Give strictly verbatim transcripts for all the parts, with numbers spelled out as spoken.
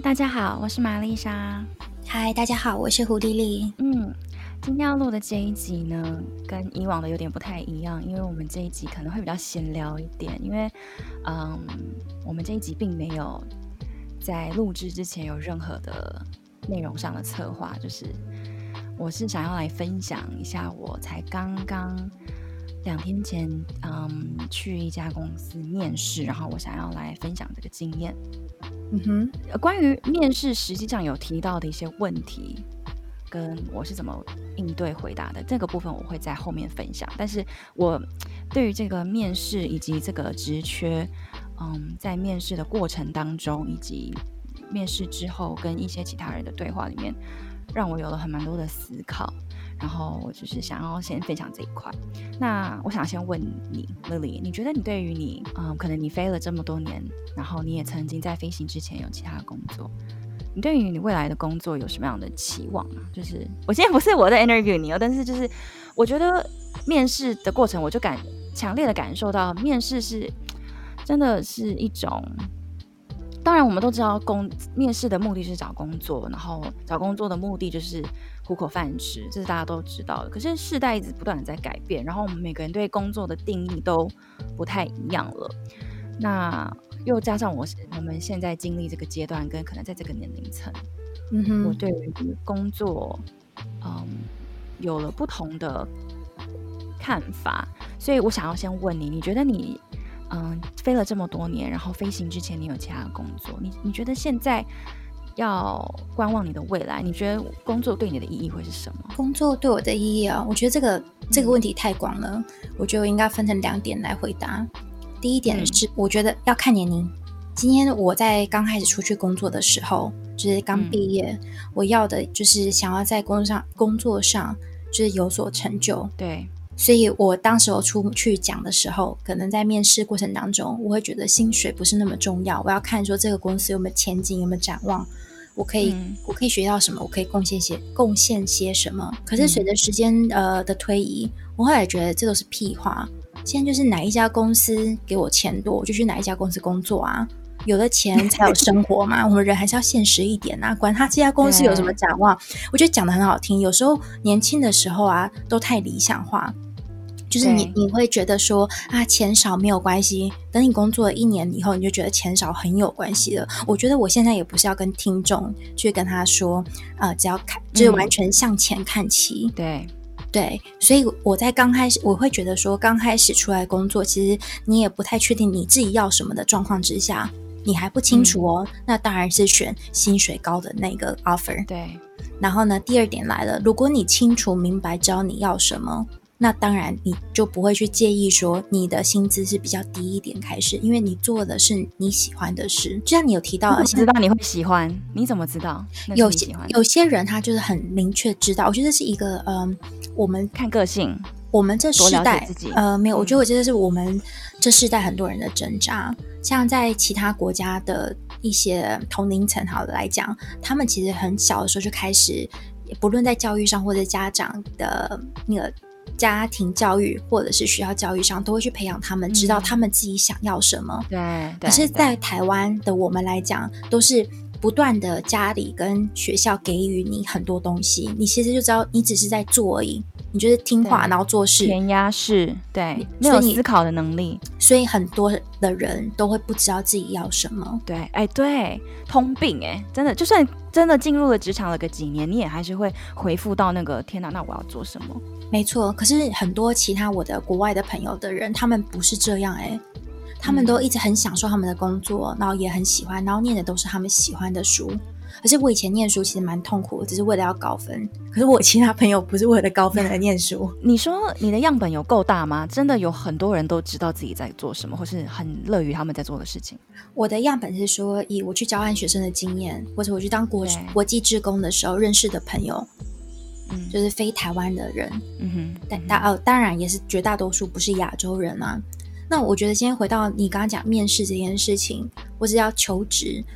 大家好，我是玛丽莎。 嗨，大家好，我是胡丽丽。 嗯，今天要录的这一集呢，跟以往的有点不太一样，因为我们这一集可能会比较闲聊一点，因为嗯，我们这一集并没有在录制之前有任何的内容上的策划，就是我是想要来分享一下我才刚刚两天前嗯去一家公司面试，然后我想要来分享这个经验。 嗯哼， 呃关于面试实际上有提到的一些问题，跟我是怎么应对回答的，这个部分我会在后面分享。但是我对于这个面试以及这个职缺，嗯，在面试的过程当中，以及面试之后跟一些其他人的对话里面，让我有了很蛮多的思考。然后我就是想要先分享这一块。那我想先问你 Lily， 你觉得你对于你嗯，可能你飞了这么多年，然后你也曾经在飞行之前有其他的工作，你对于你未来的工作有什么样的期望啊？就是我今天不是我在 interview 你哦，但是就是我觉得面试的过程，我就感强烈的感受到面试是真的是一种。当然我们都知道工面试的目的是找工作，然后找工作的目的就是糊口饭吃，这是大家都知道的。可是世代一直不断的在改变，然后我们每个人对工作的定义都不太一样了。那又加上我我们现在经历这个阶段，跟可能在这个年龄层， 嗯哼， 我对于工作嗯有了不同的看法，所以我想要先问你，你觉得你嗯飞了这么多年，然后飞行之前你有其他的工作，你你觉得现在要观望你的未来，你觉得工作对你的意义会是什么？ 工作对我的意义啊，我觉得这个这个问题太广了，我觉得我应该分成两点来回答。第一点是，我觉得要看年龄。今天我在刚开始出去工作的时候，就是刚毕业，嗯、我要的就是想要在工作上工作上就是有所成就。 对， 所以我当时我出去讲的时候，可能在面试过程当中，我会觉得薪水不是那么重要，我要看说这个公司有没有前景，有没有展望，我可以、嗯、我可以学到什么，我可以贡献些贡献些什么。可是随着时间呃的推移，我后来觉得这都是屁话。现在就是哪一家公司给我钱多，我就去哪一家公司工作啊。有了钱才有生活嘛，我们人还是要现实一点啊，管他这家公司有什么展望。我觉得讲得很好听，有时候年轻的时候啊都太理想化，就是你你会觉得说啊钱少没有关系，等你工作了一年以后，你就觉得钱少很有关系了。我觉得我现在也不是要跟听众去跟他说呃只要看就是完全向前看齐、 嗯、对对，所以我在刚开始我会觉得说刚开始出来工作，其实你也不太确定你自己要什么的状况之下，你还不清楚哦、嗯、那当然是选薪水高的那个 offer。 对， 然后呢第二点来了，如果你清楚明白知道你要什么，那当然你就不会去介意说你的薪资是比较低一点开始，因为你做的是你喜欢的事。就像你有提到的， 你知道你会喜欢，你怎么知道有些有些人他就是很明确知道。我觉得这是一个嗯，我们看个性， 我们这世代呃没有，我觉得我觉得是我们这世代很多人的挣扎。像在其他国家的一些同龄层好的来讲，他们其实很小的时候就开始，不论在教育上或者家长的那个家庭教育或者是学校教育上，都会去培养他们知道他们自己想要什么、 嗯、对， 可是在台湾的我们来讲，都是不断的家里跟学校给予你很多东西，你其实就知道你只是在做而已，你就是听话然后做事， 填鸭式，对，没有思考的能力， 所以很多的人都会不知道自己要什么。 对，哎，对，通病哎，真的，就算真的进入了职场了个几年，你也还是会回复到那个天哪，那我要做什么？ 没错，可是很多其他我的国外的朋友的人，他们不是这样哎，他们都一直很享受他们的工作、嗯、然后也很喜欢，然后念的都是他们喜欢的书。而且我以前念书其实蛮痛苦的，只是为了要高分，可是我其他朋友不是为了高分来念书。 你说你的样本有够大吗？真的有很多人都知道自己在做什么，或是很乐于他们在做的事情？ 我的样本是说，以我去交换学生的经验，或者我去当国国际志工的时候认识的朋友，嗯，就是非台湾的人，嗯哼，但大呃当然也是绝大多数不是亚洲人啊。那我觉得先回到你刚刚讲面试这件事情，或是要求职，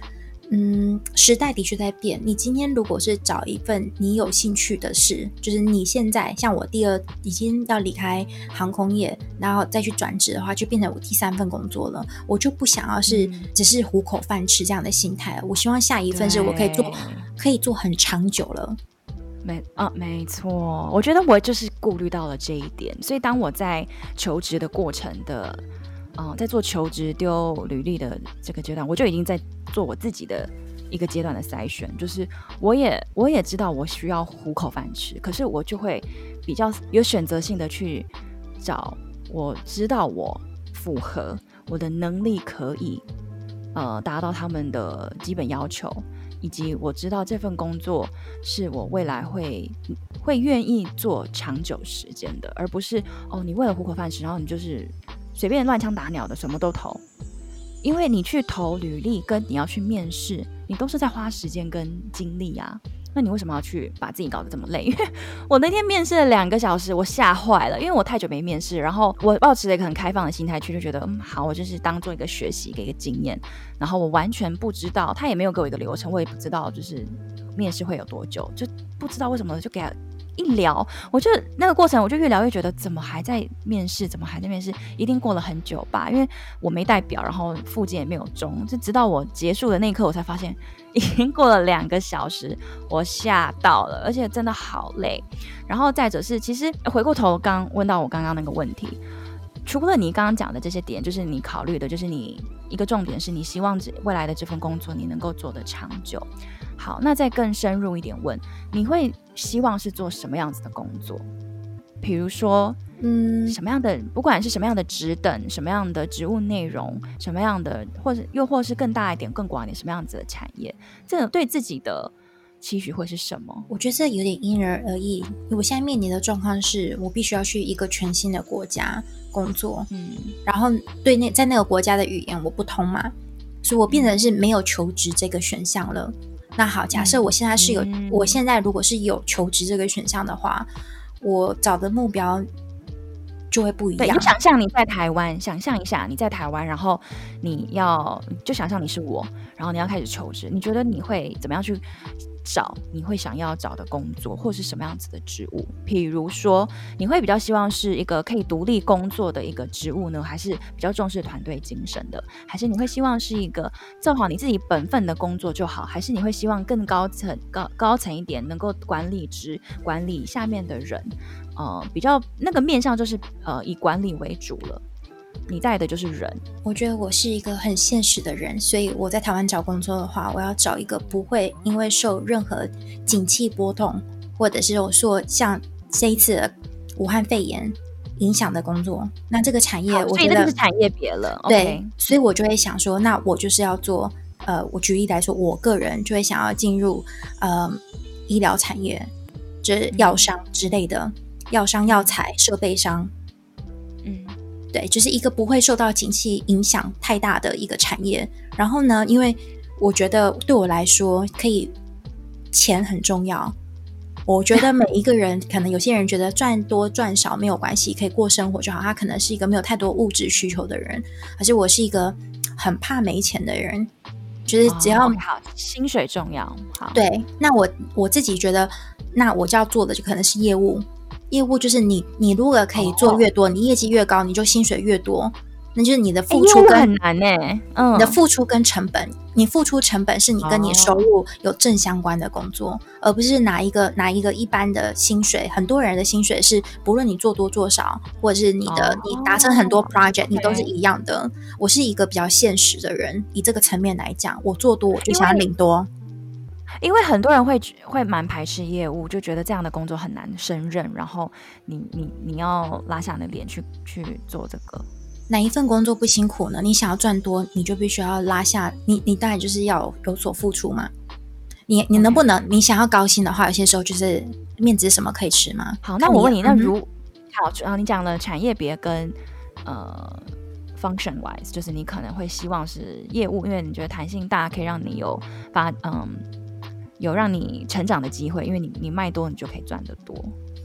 嗯，时代的确在变。你今天如果是找一份你有兴趣的事，就是你现在像我第二已经要离开航空业，然后再去转职的话，就变成我第三份工作了。我就不想要是只是糊口饭吃这样的心态了。我希望下一份是我可以做，可以做很长久了。 没啊，没错。我觉得我就是顾虑到了这一点，所以当我在求职的过程的。嗯，在做求职丢履历的这个阶段，我就已经在做我自己的一个阶段的筛选，就是我也我也知道我需要糊口饭吃，可是我就会比较有选择性的去找我知道我符合我的能力可以呃达到他们的基本要求，以及我知道这份工作是我未来会会愿意做长久时间的，而不是哦你为了糊口饭吃，然后你就是随便乱枪打鸟的什么都投。因为你去投履历跟你要去面试，你都是在花时间跟精力啊，那你为什么要去把自己搞得这么累？因为我那天面试了两个小时，我吓坏了，因为我太久没面试，然后我抱持了一个很开放的心态去，就觉得嗯好，我就是当做一个学习，给一个经验，然后我完全不知道，他也没有给我一个流程，我也不知道就是面试会有多久，就不知道为什么就给他一聊，我就那个过程我就越聊越觉得怎么还在面试，怎么还在面试，一定过了很久吧，因为我没带表，然后附件也没有中，就直到我结束的那一刻我才发现已经过了两个小时，我吓到了，而且真的好累。然后再者是其实回过头刚问到我刚刚那个问题，除了你刚刚讲的这些点，就是你考虑的，就是你一个重点是你希望未来的这份工作你能够做得长久。好，那再更深入一点问，你会希望是做什么样子的工作？比如说嗯，什么样的，不管是什么样的职等，什么样的职务内容，什么样的，或者又或是更大一点更广一点什么样子的产业，这个对自己的期许会是什么？ 我觉得这有点因人而异。我现在面临的状况是我必须要去一个全新的国家工作，嗯，然后对那在那个国家的语言我不通嘛，所以我变成是没有求职这个选项了。那好，假设我现在是有、嗯、我现在如果是有求职这个选项的话，我找的目标就会不一样。 对，你想象你在台湾，想象一下你在台湾，然后你要就想象你是我，然后你要开始求职，你觉得你会怎么样去找你会想要找的工作，或是什么样子的职务？譬如说你会比较希望是一个可以独立工作的一个职务呢，还是比较重视团队精神的，还是你会希望是一个做好你自己本分的工作就好，还是你会希望更高层 高, 高层一点，能够管理职管理下面的人，呃，比较那个面向就是呃以管理为主了，你在的就是人。 我觉得我是一个很现实的人，所以我在台湾找工作的话，我要找一个不会因为受任何景气波动，或者是我说像这一次的武汉肺炎影响的工作。那这个产业我觉得， 所以这是产业别了。 对， okay. 所以我就会想说，那我就是要做呃，我举例来说，我个人就会想要进入呃医疗产业，就是药商之类的，药商、药材、设备商。嗯。对，就是一个不会受到景气影响太大的一个产业。然后呢，因为我觉得对我来说，可以钱很重要。我觉得每一个人，可能有些人觉得赚多赚少没有关系，可以过生活就好。他可能是一个没有太多物质需求的人，而且我是一个很怕没钱的人，就是只要、 哦、好，薪水重要。好， 对，那我我自己觉得，那我就要做的就可能是业务。业务就是你，你如果可以做越多， oh. 你业绩越高，你就薪水越多，那就是你的付出跟、 欸、很难欸、嗯， 你的付出跟成本，你付出成本是你跟你收入有正相关的工作， oh. 而不是拿一个拿一个一般的薪水。很多人的薪水是不论你做多做少，或者是你的、oh. 你达成很多 project， 你都是一样的。Okay. 我是一个比较现实的人，以这个层面来讲，我做多我就想要领多。 因为很多人会会蛮排斥业务，就觉得这样的工作很难胜任，然后你你你要拉下你的脸去去做这个。 哪一份工作不辛苦呢？你想要赚多，你就必须要拉下你，你当然就是要有所付出嘛。你你能不能、okay. 你想要高薪的话，有些时候就是面子什么可以吃吗？ 好，那我问你，那如、嗯、好，然后你讲了产业别跟呃。function wise， 就是你可能会希望是业务，因为你觉得弹性大，可以让你有发嗯有让你成长的机会，因为你你卖多你就可以赚得多。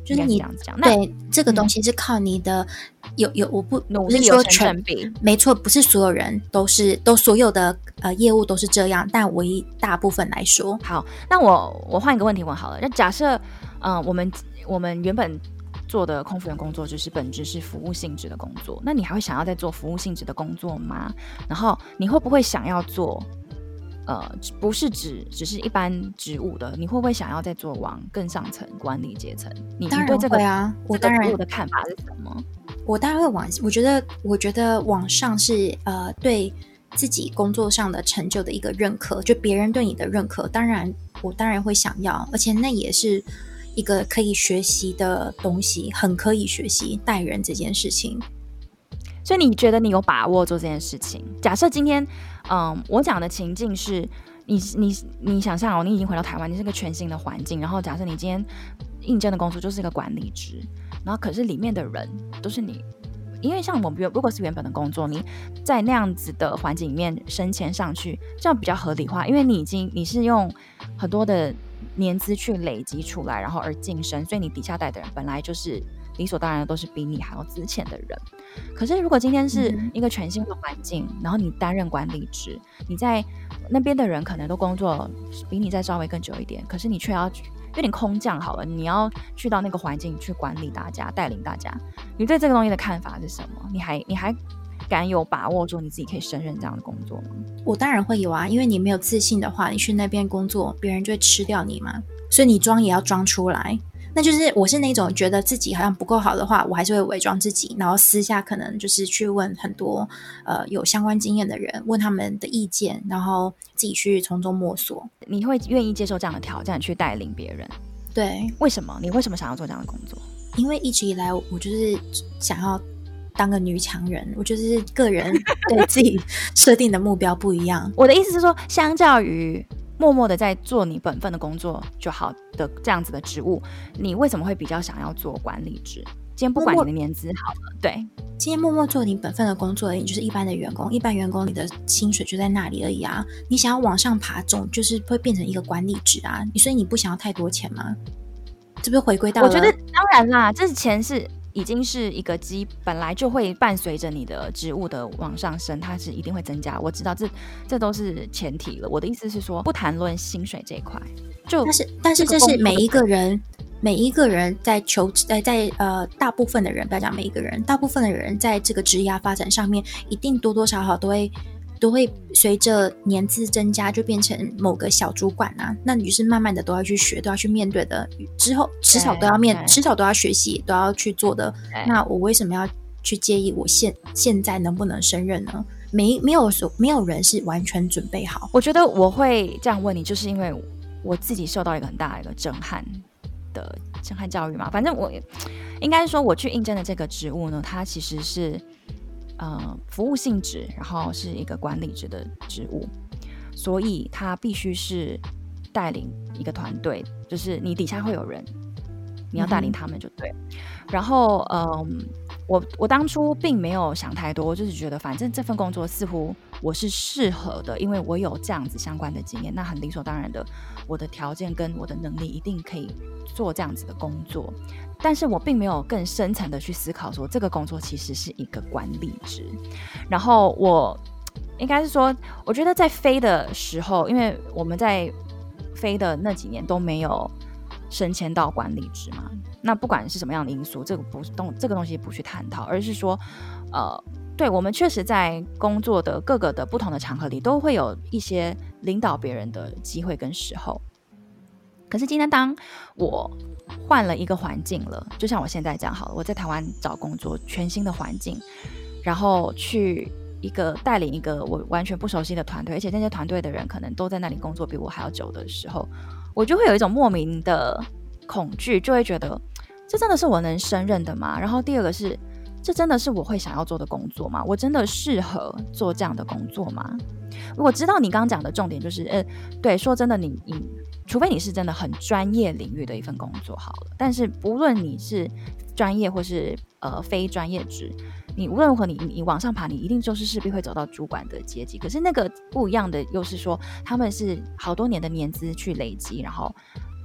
就是你这样子讲。 对这个东西是靠你的、嗯、有有我不努力有成正比， 没错，不是所有人都是都所有的呃业务都是这样，但唯一大部分来说。 好，那我我换一个问题问好了，那假设嗯、呃、我们我们原本做的空服员工作就是本质是服务性质的工作，那你还会想要再做服务性质的工作吗？然后你会不会想要做呃，不是只只是一般职务的，你会不会想要再做往更上层管理阶层？你当然对这个会啊，我当然这个职务的看法是什么？ 我当然会往，我觉得我觉得往上是呃对自己工作上的成就的一个认可，就别人对你的认可，当然我当然会想要，而且那也是一个可以学习的东西，很可以学习带人这件事情。 所以你觉得你有把握做这件事情？假设今天，嗯，我讲的情境是你你你想象哦，你已经回到台湾，你是个全新的环境，然后假设你今天应征的工作就是一个管理职，然后可是里面的人都是你，因为像我们如果是原本的工作，你在那样子的环境里面升迁上去，这样比较合理化，因为你已经你是用很多的年资去累积出来，然后而晋升，所以你底下带的人本来就是理所当然的都是比你还要资浅的人。可是如果今天是一个全新的环境、嗯、然后你担任管理职，你在那边的人可能都工作比你再稍微更久一点，可是你却要有点空降好了，你要去到那个环境去管理大家，带领大家，你对这个东西的看法是什么？你还你还敢有把握说你自己可以胜任这样的工作吗？ 我当然会有啊，因为你没有自信的话，你去那边工作别人就会吃掉你嘛，所以你装也要装出来。那就是我是那种觉得自己好像不够好的话，我还是会伪装自己，然后私下可能就是去问很多呃有相关经验的人，问他们的意见，然后自己去从中摸索。 你会愿意接受这样的挑战去带领别人？ 对， 为什么？你为什么想要做这样的工作？ 因为一直以来我就是想要当个女强人，我就是个人对自己设定的目标不一样。 我的意思是说，相较于默默的在做你本分的工作就好的这样子的职务，你为什么会比较想要做管理职？今天不管你的年资好了，对， 今天默默做你本分的工作而已，你就是一般的员工，一般员工你的薪水就在那里而已啊。你想要往上爬，总就是会变成一个管理职啊，所以你不想要太多钱吗？这不是回归到了？ 我觉得当然啦，这钱是已经是一个基，本来就会伴随着你的职务的往上升，它是一定会增加。我知道这这都是前提了。我的意思是说，不谈论薪水这一块，就但是但是这是每一个人每一个人在求在在呃大部分的人，不要讲每一个人，大部分的人在这个职业发展上面，一定多多少少都会都会随着年资增加，就变成某个小主管啊。那你就是慢慢的都要去学，都要去面对的，之后迟早都要面，迟早都要学习，都要去做的。那我为什么要去介意我现现在能不能胜任呢？没没有没有人是完全准备好。 我觉得我会这样问你，就是因为我自己受到一个很大的一个震撼的震撼教育嘛。反正我应该是说，我去应征的这个职务呢，它其实是呃服务性质，然后是一个管理职的职务，所以它必须是带领一个团队，就是你底下会有人，你要带领他们就对。嗯、然后嗯。我, 我当初并没有想太多，我就是觉得反正这份工作似乎我是适合的，因为我有这样子相关的经验，那很理所当然的，我的条件跟我的能力一定可以做这样子的工作。但是我并没有更深层的去思考说这个工作其实是一个管理职。然后我应该是说，我觉得在飞的时候，因为我们在飞的那几年都没有升迁到管理职嘛，那不管是什么样的因素，这个不东这个东西不去探讨，而是说，呃，对我们确实在工作的各个的不同的场合里，都会有一些领导别人的机会跟时候。可是今天当我换了一个环境了，就像我现在这样好了，我在台湾找工作，全新的环境，然后去一个带领一个我完全不熟悉的团队，而且那些团队的人可能都在那里工作比我还要久的时候，我就会有一种莫名的恐惧，就会觉得这真的是我能胜任的吗？然后第二个是，这真的是我会想要做的工作吗？我真的适合做这样的工作吗？我知道你刚刚讲的重点就是，呃，对，说真的你，你你除非你是真的很专业领域的一份工作好了，但是不论你是专业或是呃非专业职，你无论如何你你往上爬，你一定就是势必会走到主管的阶级。可是那个不一样的又是说，他们是好多年的年资去累积，然后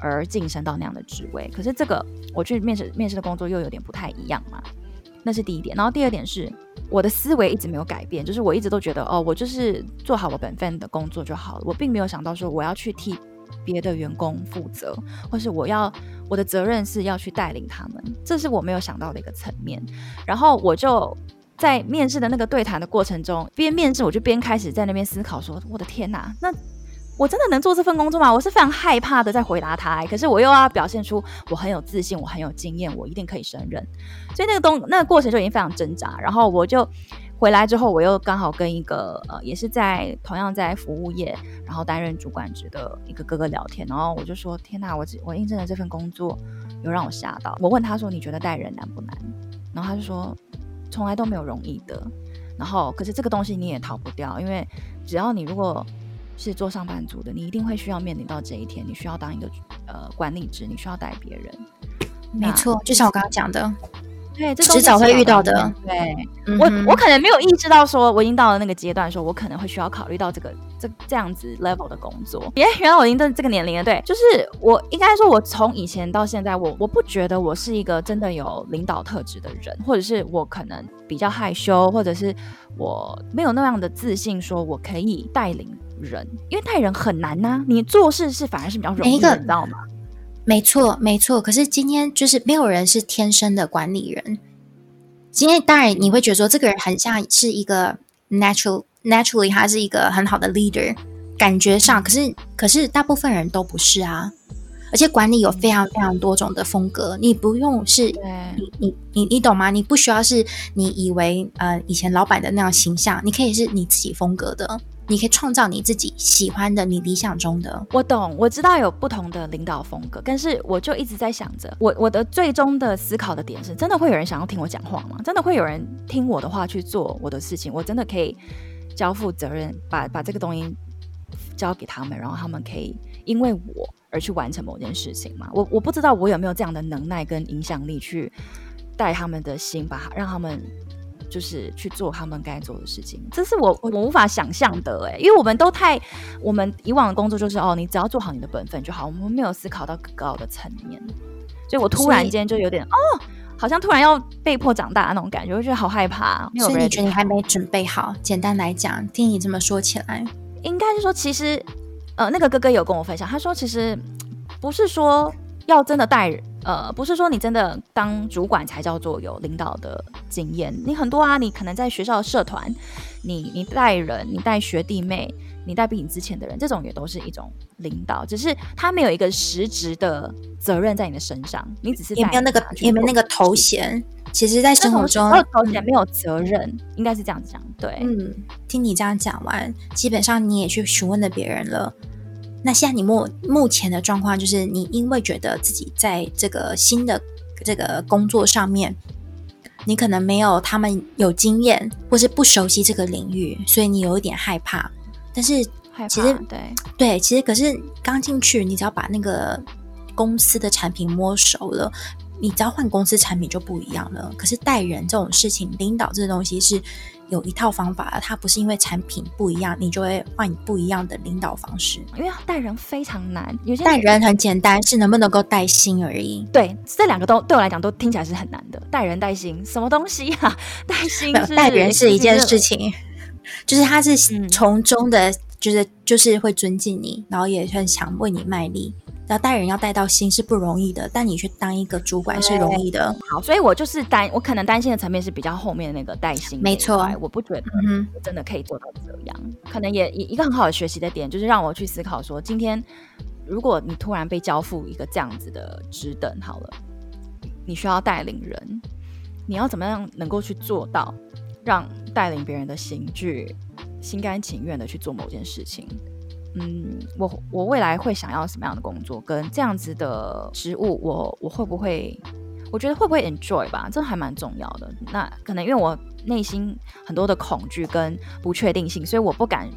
而晋升到那样的职位。可是这个我去面试面试的工作又有点不太一样嘛，那是第一点。然后第二点是我的思维一直没有改变，就是我一直都觉得哦，我就是做好我本分的工作就好了，我并没有想到说我要去替别的员工负责，或是我要我的责任是要去带领他们，这是我没有想到的一个层面。然后我就在面试的那个对谈的过程中，边面试我就边开始在那边思考说，我的天哪，那我真的能做这份工作吗？我是非常害怕的在回答他、欸，可是我又要表现出我很有自信，我很有经验，我一定可以胜任。所以那个东那个过程就已经非常挣扎。然后我就回来之后，我又刚好跟一个呃也是在同样在服务业，然后担任主管职的一个哥哥聊天，然后我就说：天哪，我我应征的这份工作有让我吓到。我问他说：你觉得带人难不难？然后他就说：从来都没有容易的。然后可是这个东西你也逃不掉，因为只要你如果是做上班族的，你一定会需要面临到这一天，你需要当一个呃管理职，你需要带别人。 没错，就像我刚刚讲的， 对，这迟早会遇到的。 对，嗯、我我可能没有意识到说，我已经到了那个阶段，说我可能会需要考虑到这个这这样子 level 的工作。耶，原来我已经到这个年龄了。对，就是我应该说，我从以前到现在，我我不觉得我是一个真的有领导特质的人，或者是我可能比较害羞，或者是我没有那样的自信，说我可以带领人，因为带人很难呐、啊。你做事是反而是比较容易的，你知道吗？ 没错，没错。可是今天就是没有人是天生的管理人。今天当然你会觉得说，这个人很像是一个 natural naturally， 他是一个很好的 leader， 感觉上，可是可是大部分人都不是啊。而且管理有非常非常多种的风格，你不用是你你你你懂吗？你不需要是你以为呃以前老板的那样形象，你可以是你自己风格的。你可以创造你自己喜欢的，你理想中的。 我懂，我知道有不同的领导风格，但是我就一直在想着，我我的最终的思考的点是，真的会有人想要听我讲话吗？真的会有人听我的话去做我的事情？我真的可以交付责任，把把这个东西交给他们，然后他们可以因为我而去完成某件事情吗？我我不知道我有没有这样的能耐跟影响力去带他们的心，把让他们就是去做他们该做的事情，这是我我无法想象的哎、欸，因为我们都太，我们以往的工作就是哦，你只要做好你的本分就好，我们没有思考到更高的层面，所以我突然间就有点哦，好像突然要被迫长大那种感觉，我觉得好害怕。 所以你觉得你还没准备好？简单来讲，听你这么说起来， 应该是说，其实呃，那个哥哥有跟我分享，他说其实不是说要真的带人。呃，不是说你真的当主管才叫做有领导的经验，你很多啊，你可能在学校的社团，你你带人，你带学弟妹，你带比你之前的人，这种也都是一种领导，只是他没有一个实质的责任在你的身上，你只是也没有那个也没有那个头衔，其实在生活中没有头衔，没有责任、嗯，应该是这样讲，对， 嗯，听你这样讲完，基本上你也去询问了别人了。那现在你目目前的状况就是，你因为觉得自己在这个新的这个工作上面，你可能没有他们有经验，或是不熟悉这个领域，所以你有一点害怕。但是其实对对，其实可是刚进去，你只要把那个公司的产品摸熟了，你只要换公司产品就不一样了。可是带人这种事情，领导这东西是有一套方法的，它不是因为产品不一样，你就会换不一样的领导方式。 因为带人非常难，有些带人很简单，是能不能够带心而已。 对，这两个都对我来讲都听起来是很难的。带人带心，什么东西啊？带心是带人是一件事情，就是他是从中的，嗯、就是就是会尊敬你，然后也很想为你卖力。然后带人要带到心是不容易的，但你去当一个主管是容易的。 好，所以我就是担，我可能担心的层面是比较后面的那个带心。 没错， 我不觉得我真的可以做到这样。嗯、可能也一个很好的学习的点，就是让我去思考说，今天如果你突然被交付一个这样子的职等，好了，你需要带领人，你要怎么样能够去做到，让带领别人的心去心甘情愿的去做某件事情。嗯，我我未来会想要什么样的工作，跟这样子的职务，我我会不会，我觉得会不会 enjoy 吧，这还蛮重要的。那可能因为我内心很多的恐惧跟不确定性，所以我不敢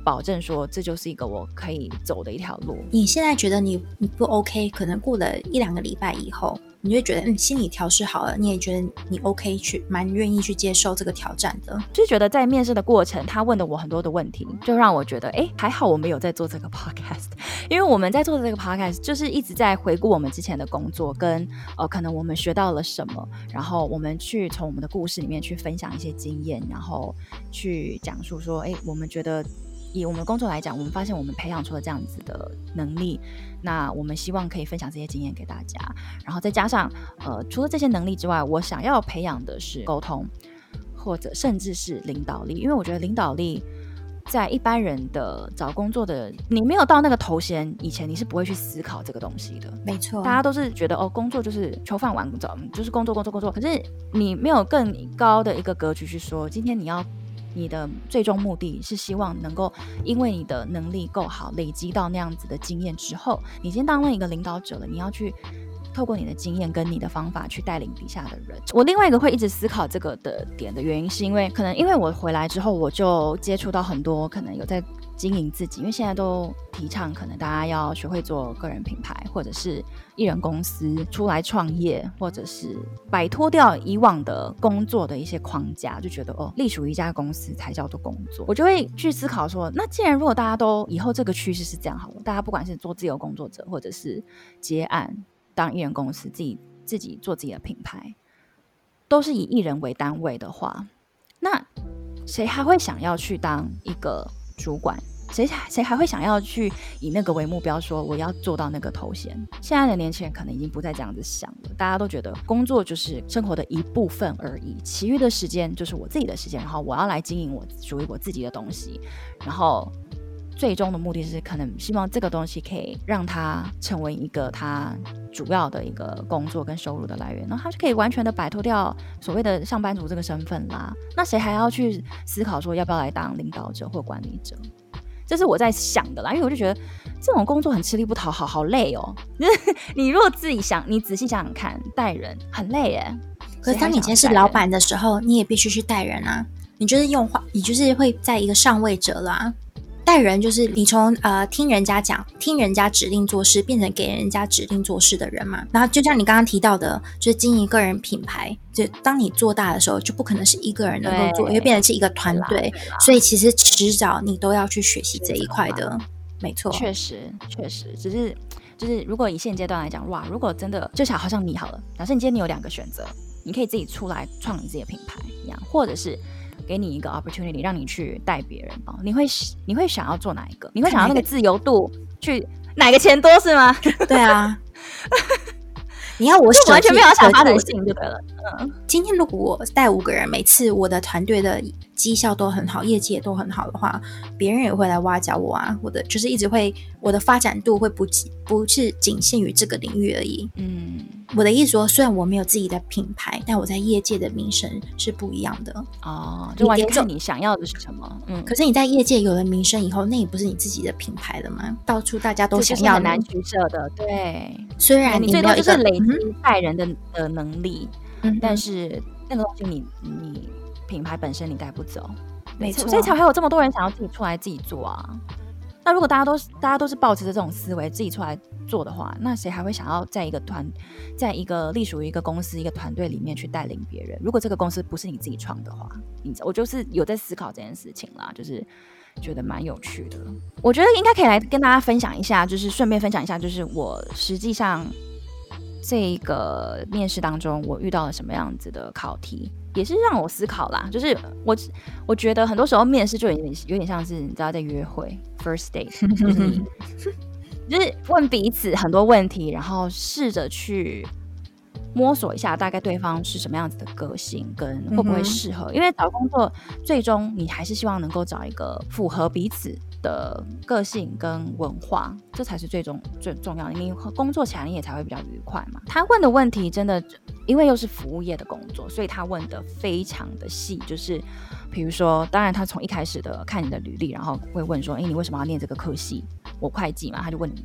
保证说这就是一个我可以走的一条路。 你现在觉得你你不 OK， 可能过了一两个礼拜以后，你会觉得嗯心理调试好了，你也觉得你 OK 去蛮愿意去接受这个挑战的。 就是觉得在面试的过程，他问的我很多的问题，就让我觉得哎，还好我没有在做这个 podcast， 因为我们在做这个 podcast 就是一直在回顾我们之前的工作跟呃可能我们学到了什么，然后我们去从我们的故事里面去分享一些经验，然后去讲述说哎，我们觉得以我们的工作来讲，我们发现我们培养出了这样子的能力，那我们希望可以分享这些经验给大家，然后再加上呃除了这些能力之外，我想要培养的是沟通，或者甚至是领导力，因为我觉得领导力在一般人的找工作的，你没有到那个头衔以前，你是不会去思考这个东西的。 没错， 大家都是觉得哦，工作就是囚饭碗，就是工作工作工作。可是你没有更高的一个格局去说，今天你要你的最终目的是希望能够因为你的能力够好，累积到那样子的经验之后，你已经当了一个领导者了，你要去透过你的经验跟你的方法去带领底下的人。我另外一个会一直思考这个的点的原因，是因为可能因为我回来之后，我就接触到很多可能有在经营自己，因为现在都提倡可能大家要学会做个人品牌，或者是艺人公司出来创业，或者是摆脱掉以往的工作的一些框架，就觉得哦，隶属于一家公司才叫做工作。我就会去思考说，那既然如果大家都以后这个趋势是这样好了，大家不管是做自由工作者，或者是接案当艺人公司，自己自己做自己的品牌，都是以艺人为单位的话，那谁还会想要去当一个主管？谁谁还会想要去以那个为目标，说我要做到那个头衔？现在的年轻人可能已经不再这样子想了，大家都觉得工作就是生活的一部分而已，其余的时间就是我自己的时间，然后我要来经营我属于我自己的东西，然后最终的目的是可能希望这个东西可以让他成为一个他主要的一个工作跟收入的来源，然后他就可以完全的摆脱掉所谓的上班族这个身份啦。那谁还要去思考说要不要来当领导者或管理者？这是我在想的啦，因为我就觉得这种工作很吃力不讨好，好累哦。你如果自己想，你仔细想想看，带人很累耶。 可是当你今天是老板的时候，你也必须去带人啊。你就是用话，你就是会在一个上位者啦。带人就是你从呃听人家讲、听人家指令做事，变成给人家指令做事的人嘛。然后就像你刚刚提到的，就是经营个人品牌，就当你做大的时候，就不可能是一个人能够做，因为变成是一个团队。所以其实迟早你都要去学习这一块的，没错。 确实，确实，只是就是如果以现阶段来讲，哇，如果真的就想好像你好了，假设你今天你有两个选择，你可以自己出来创你自己的品牌一样，或者是给你一个 opportunity 让你去带别人，哦，你会你会想要做哪一个？你会想要那个自由度去哪个钱多是吗？ 对啊，你要我完全没有想发展性就对了。嗯， 今天如果我带五个人，每次我的团队的绩效都很好，业绩也都很好的话，别人也会来挖角我啊。我的就是一直会，我的发展度会不不是仅限于这个领域而已。嗯，我的意思说，虽然我没有自己的品牌，但我在业界的名声是不一样的。 哦，就完全看你想要的是什么。嗯， 可是你在业界有了名声以后，那也不是你自己的品牌了吗？到处大家都想要， 很难取舍的。对， 虽然你最多就是累积带人的、嗯、的能力。嗯，但是那个东西你你品牌本身你带不走， 没错， 所以才会有这么多人想要自己出来自己做啊。那如果大家都大家都是抱持着这种思维自己出来做的话，那谁还会想要在一个团在一个隶属于一个公司一个团队里面去带领别人？如果这个公司不是你自己创的话，你我就是有在思考这件事情啦，就是觉得蛮有趣的。我觉得应该可以来跟大家分享一下，就是顺便分享一下，就是我实际上这个面试当中我遇到了什么样子的考题，也是让我思考啦。就是我我觉得很多时候面试就有点有点像是你知道在约会 first date， 就是你就是问彼此很多问题，然后试着去摸索一下大概对方是什么样子的个性跟会不会适合、嗯、因为找工作最终你还是希望能够找一个符合彼此的个性跟文化，这才是最重最重要的，你工作起来你也才会比较愉快嘛。他问的问题真的因为又是服务业的工作，所以他问的非常的细，就是比如说当然他从一开始的看你的履历，然后会问说哎，你为什么要念这个科系，我会计嘛，他就问你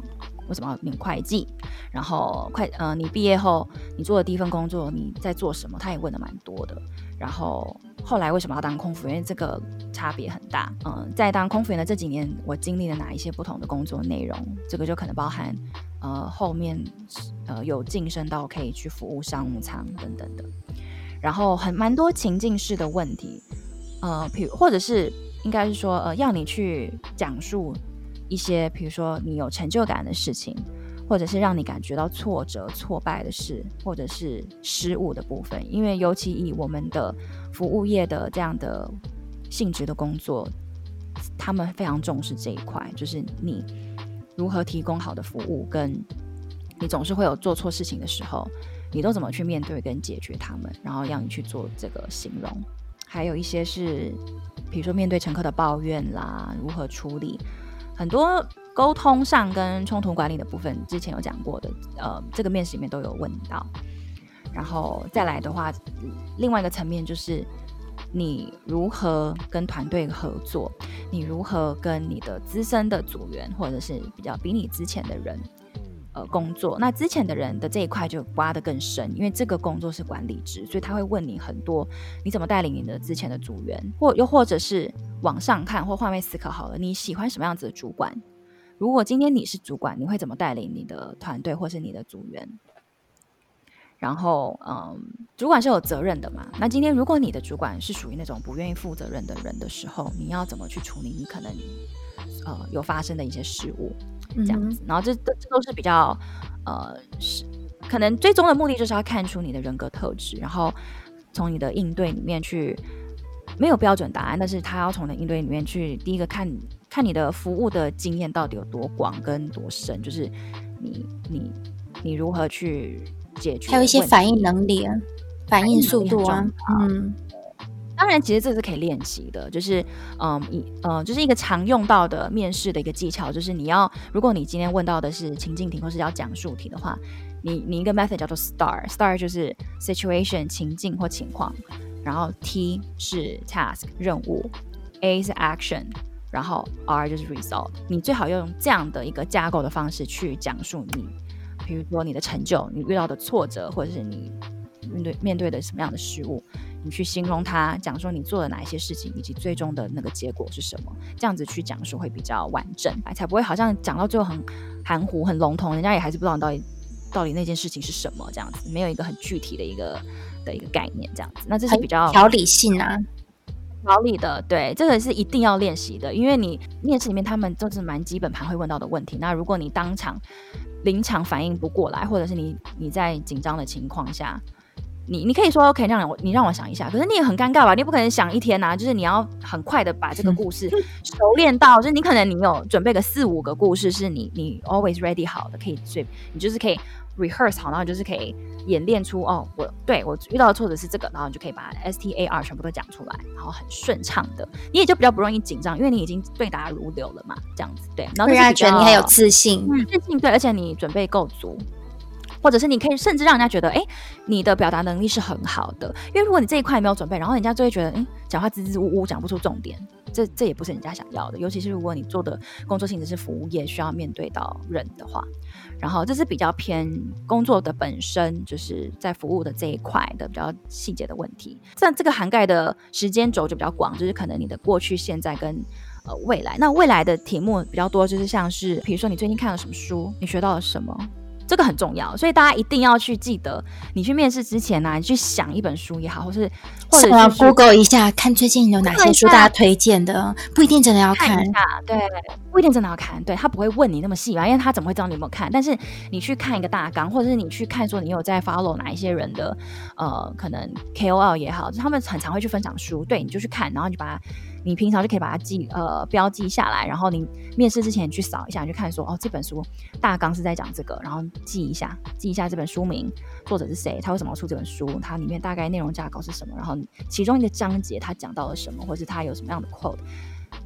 为什么要念会计，然后快呃你毕业后你做的第一份工作你在做什么，他也问的蛮多的。然后后来为什么要当空服员，因为这个差别很大。嗯，在当空服员的这几年，我经历了哪一些不同的工作内容，这个就可能包含呃后面呃有晋升到可以去服务商务舱等等的。然后很蛮多情境式的问题，呃，比如或者是应该是说呃要你去讲述一些比如说你有成就感的事情，或者是让你感觉到挫折挫败的事，或者是失误的部分。因为尤其以我们的服务业的这样的性质的工作，他们非常重视这一块，就是你如何提供好的服务，跟你总是会有做错事情的时候，你都怎么去面对跟解决他们，然后让你去做这个形容。还有一些是比如说面对乘客的抱怨啦，如何处理，很多沟通上跟冲突管理的部分之前有讲过的，呃，这个面试里面都有问到。然后再来的话，另外一个层面就是你如何跟团队合作，你如何跟你的资深的组员或者是比较比你之前的人呃工作。那之前的人的这一块就挖得更深，因为这个工作是管理职，所以他会问你很多，你怎么带领你的之前的组员，或又或者是往上看或换位思考好了，你喜欢什么样子的主管？如果今天你是主管，你会怎么带领你的团队或是你的组员？然后，嗯，主管是有责任的嘛？那今天如果你的主管是属于那种不愿意负责任的人的时候，你要怎么去处理你可能呃有发生的一些事物，这样子？嗯、然后这这这都是比较呃是可能最终的目的就是要看出你的人格特质，然后从你的应对里面去。没有标准答案，但是他要从你的应对里面去，第一个看看你的服务的经验到底有多广跟多深，就是你你你如何去解决， 还有一些反应能力啊，反应速度啊，嗯， 当然其实这是可以练习的，就是嗯一呃就是一个常用到的面试的一个技巧，就是你要如果你今天问到的是情境题或是要讲述题的话，你你一个 method 叫做 STAR， STAR 就是 situation 情境或情况。然后 T 是 task 任务， A 是 action， 然后 R 就是 result。 你最好用这样的一个架构的方式去讲述你比如说你的成就，你遇到的挫折，或者是你面对面对的什么样的事物，你去形容它，讲说你做了哪一些事情，以及最终的那个结果是什么，这样子去讲述会比较完整，才不会好像讲到最后很含糊很笼统，人家也还是不知道你到底到底那件事情是什么，这样子没有一个很具体的一个的一个概念，这样子。那这是比较条理性啊， 条理的，对，这个是一定要练习的，因为你面试里面他们都是蛮基本盘会问到的问题。那如果你当场临场反应不过来，或者是你你在紧张的情况下，你你可以说 OK， 让我你让我想一下，可是你也很尴尬吧？你不可能想一天啊，就是你要很快的把这个故事熟练到，就是你可能你有准备个四五个故事，是你你 always ready 好的，可以所以你就是可以 rehearse 好，然后就是可以演练出哦，我对我遇到的挫折是这个，然后你就可以把 S T A R 全部都讲出来，然后很顺畅的，你也就比较不容易紧张，因为你已经对答如流了嘛，这样子对，然后会让觉得你很有自信， 嗯，自信对，而且你准备够足。或者是你可以甚至让人家觉得，哎，你的表达能力是很好的，因为如果你这一块没有准备，然后人家就会觉得，哎，讲话支支吾吾，讲不出重点，这这也不是人家想要的。尤其是如果你做的工作性质是服务业，需要面对到人的话，然后这是比较偏工作的本身，就是在服务的这一块的比较细节的问题。这这个涵盖的时间轴就比较广，就是可能你的过去、现在跟呃未来。那未来的题目比较多，就是像是比如说你最近看了什么书，你学到了什么。这个很重要，所以大家一定要去记得，你去面试之前呢、啊，你去想一本书也好，或是或者是 Google 一下，看最近有哪些书大家推荐的，不一定真的要看。 看一下，对，不一定真的要看，对，他不会问你那么细吧，因为他怎么会知道你有没有看？但是你去看一个大纲，或者是你去看说你有在 follow 哪一些人的，呃，可能 K O L 也好，他们很常会去分享书，对，你就去看，然后你把它。你平常就可以把它记呃标记下来，然后你面试之前你去扫一下，你去看说哦这本书大纲是在讲这个，然后记一下记一下这本书名，作者是谁，他为什么要出这本书，它里面大概内容架构是什么，然后其中一个章节他讲到了什么，或是他有什么样的 quote，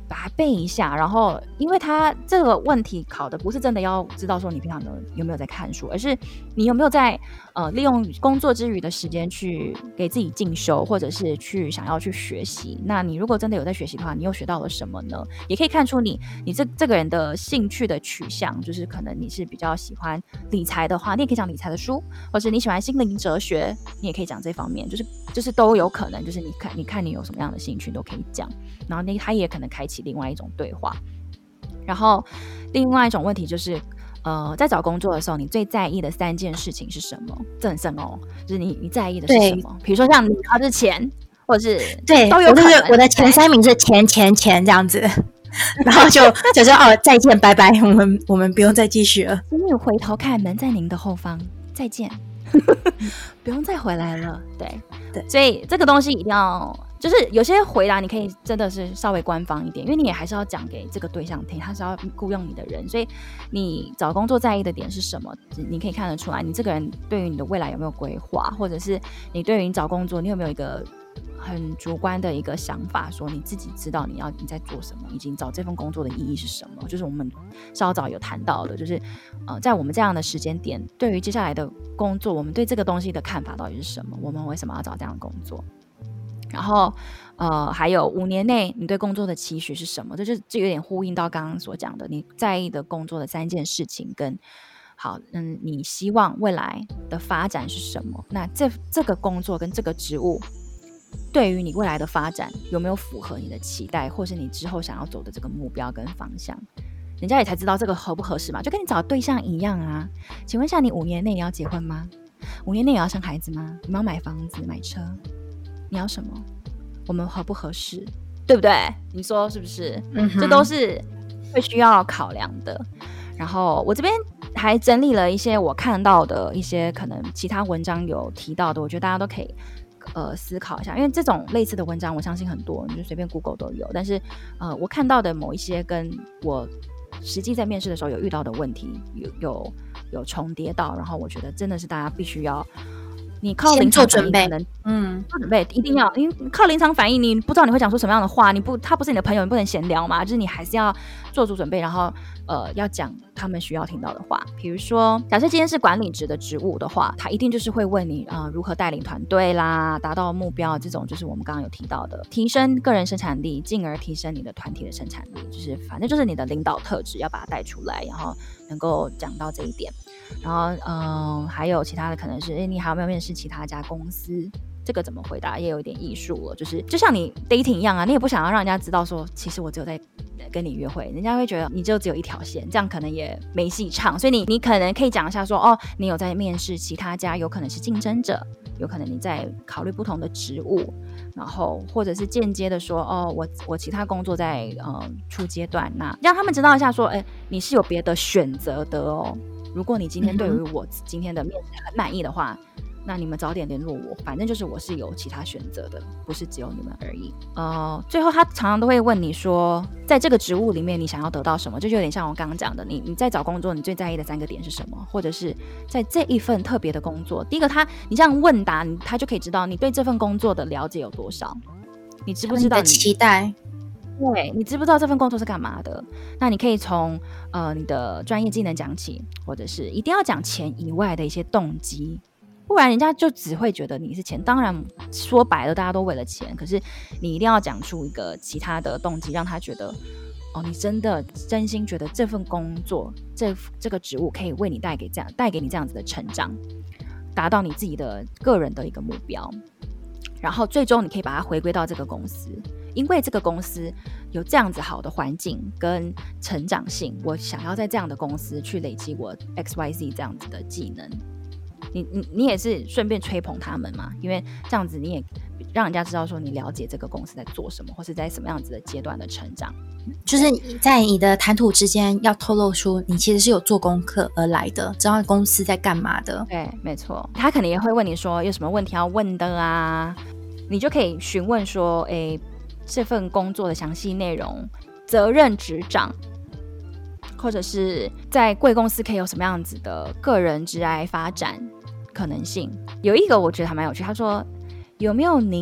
把它背一下，然后因为它这个问题考的不是真的要知道说你平常有有没有在看书，而是你有没有在呃利用工作之余的时间去给自己进修，或者是去想要去学习。那你如果真的有在学习的话，你又学到了什么呢？也可以看出你你这这个人的兴趣的取向，就是可能你是比较喜欢理财的话，你也可以讲理财的书，或者你喜欢心灵哲学，你也可以讲这方面，就是就是都有可能，就是你看你看你有什么样的兴趣都可以讲，然后你他也可能开启另外一种对话。然后另外一种问题就是呃，在找工作的时候，你最在意的三件事情是什么？这很深哦，就是你你在意的是什么？比如说像你花的钱，或者是对， 都有可能。 我, 我的前三名是钱钱钱这样子，然后就就说哦再见拜拜，我们我们不用再继续了。 你回头看，门在您的后方，再见，不用再回来了。对对，所以这个东西一定要。就是有些回答你可以真的是稍微官方一点，因为你也还是要讲给这个对象听，他是要雇佣你的人，所以你找工作在意的点是什么，你可以看得出来你这个人对于你的未来有没有规划，或者是你对于你找工作你有没有一个很主观的一个想法，说你自己知道你要你在做什么，以及你找这份工作的意义是什么。就是我们稍早有谈到的，就是呃，在我们这样的时间点，对于接下来的工作，我们对这个东西的看法到底是什么，我们为什么要找这样的工作。然后，呃，还有五年内你对工作的期许是什么？这就就有点呼应到刚刚所讲的，你在意的工作的三件事情跟好，嗯，你希望未来的发展是什么？那这这个工作跟这个职务对于你未来的发展有没有符合你的期待，或是你之后想要走的这个目标跟方向？人家也才知道这个合不合适嘛，就跟你找对象一样啊。请问一下，你五年内你要结婚吗？五年内你要生孩子吗？你们要买房子、买车？你要什么？我们合不合适？对不对？你说是不是？嗯，这都是会需要考量的。然后我这边还整理了一些我看到的一些可能其他文章有提到的，我觉得大家都可以呃思考一下，因为这种类似的文章我相信很多，你就随便 Google 都有。但是呃，我看到的某一些跟我实际在面试的时候有遇到的问题有有有重叠到，然后我觉得真的是大家必须要。你靠临场反应可能，嗯，做准备一定要，因为靠临场反应，你不知道你会讲出什么样的话，你不，他不是你的朋友，你不能闲聊嘛，就是你还是要做足准备，然后呃，要讲他们需要听到的话。比如说，假设今天是管理职的职务的话，他一定就是会问你啊、呃，如何带领团队啦，达到目标，这种就是我们刚刚有提到的，提升个人生产力，进而提升你的团体的生产力，就是反正就是你的领导特质要把它带出来，然后能够讲到这一点。然后嗯，还有其他的可能是，哎，你还有没有面试其他家公司？这个怎么回答也有一点艺术了，就是就像你 dating 一样啊，你也不想要让人家知道说，其实我只有在跟你约会，人家会觉得你就只有一条线，这样可能也没戏唱。所以你你可能可以讲一下说，哦，你有在面试其他家，有可能是竞争者，有可能你在考虑不同的职务，然后或者是间接的说，哦，我我其他工作在呃初阶段，那让他们知道一下说，哎，你是有别的选择的哦。如果你今天对于我今天的面试很满意的话，那你们早点联络我，反正就是我是有其他选择的，不是只有你们而已。呃，最后他常常都会问你说，在这个职务里面你想要得到什么，就有点像我刚刚讲的，你你在找工作你最在意的三个点是什么，或者是在这一份特别的工作，第一个他你这样问答，他就可以知道你对这份工作的了解有多少，你知不知道你的期待。 对，你知不知道这份工作是干嘛的？那你可以从呃你的专业技能讲起，或者是一定要讲钱以外的一些动机，不然人家就只会觉得你是钱。当然说白了，大家都为了钱，可是你一定要讲出一个其他的动机，让他觉得哦，你真的真心觉得这份工作这这个职务可以为你带给这样带给你这样子的成长，达到你自己的个人的一个目标。然后最终你可以把它回归到这个公司，因为这个公司有这样子好的环境跟成长性，我想要在这样的公司去累积我 X Y Z 这样子的技能。你你你也是顺便吹捧他们嘛，因为这样子你也让人家知道说你了解这个公司在做什么，或是在什么样子的阶段的成长。 就是在你的谈吐之间要透露出你其实是有做功课而来的，知道公司在干嘛的。 对，没错。他可能也会问你说有什么问题要问的啊，你就可以询问说，哎，这份工作的详细内容、责任职掌，或者是在贵公司可以有什么样子的个人职涯发展可能性。有一个我觉得还蛮有趣，他说有没有您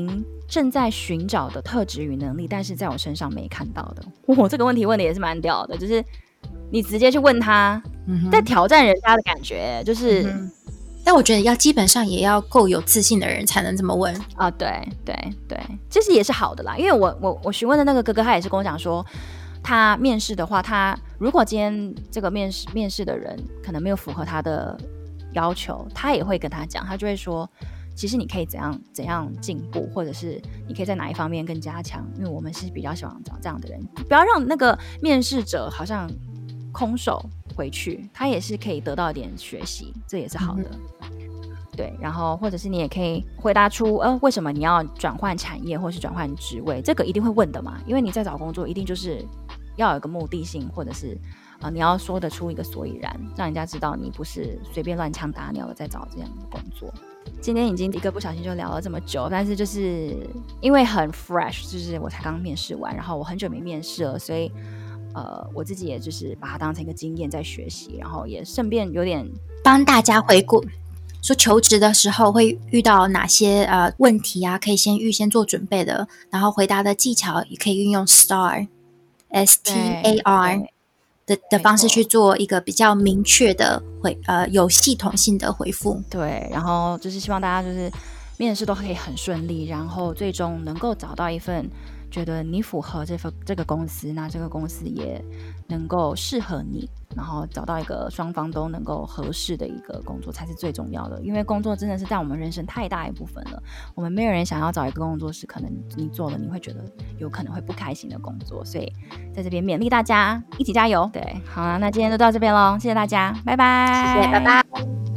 正在寻找的特质与能力，但是在我身上没看到的。我、哦、这个问题问的也是蛮屌的，就是你直接去问他，嗯、在挑战人家的感觉，就是。嗯， 但我觉得要基本上也要够有自信的人才能这么问啊，对对对，其实也是好的啦。因为我我我询问的那个哥哥，他也是跟我讲说，他面试的话，他如果今天这个面试面试的人可能没有符合他的要求，他也会跟他讲，他就会说，其实你可以怎样怎样进步，或者是你可以在哪一方面更加强，因为我们是比较喜欢找这样的人，不要让那个面试者好像空手回去，他也是可以得到一点学习，这也是好的。嗯，对，然后或者是你也可以回答出，呃，为什么你要转换产业或是转换职位？这个一定会问的嘛，因为你在找工作一定就是要有一个目的性，或者是呃你要说得出一个所以然，让人家知道你不是随便乱枪打鸟的在找这样的工作。今天已经一个不小心就聊了这么久，但是就是因为很 fresh， 就是我才刚面试完，然后我很久没面试了，所以呃我自己也就是把它当成一个经验在学习，然后也顺便有点帮大家回顾。说求职的时候会遇到哪些呃问题啊？可以先预先做准备的，然后回答的技巧也可以运用 S T A R S T A R 的的方式去做一个比较明确的回呃有系统性的回复。 对，然后就是希望大家就是面试都可以很顺利，然后最终能够找到一份觉得你符合这份这个公司，那这个公司也能够适合你，然后找到一个双方都能够合适的一个工作才是最重要的。因为工作真的是占我们人生太大一部分了，我们没有人想要找一个工作是可能你做了你会觉得有可能会不开心的工作，所以在这边勉励大家一起加油。对，好啦，那今天就到这边咯，谢谢大家，拜拜。 谢谢，拜拜。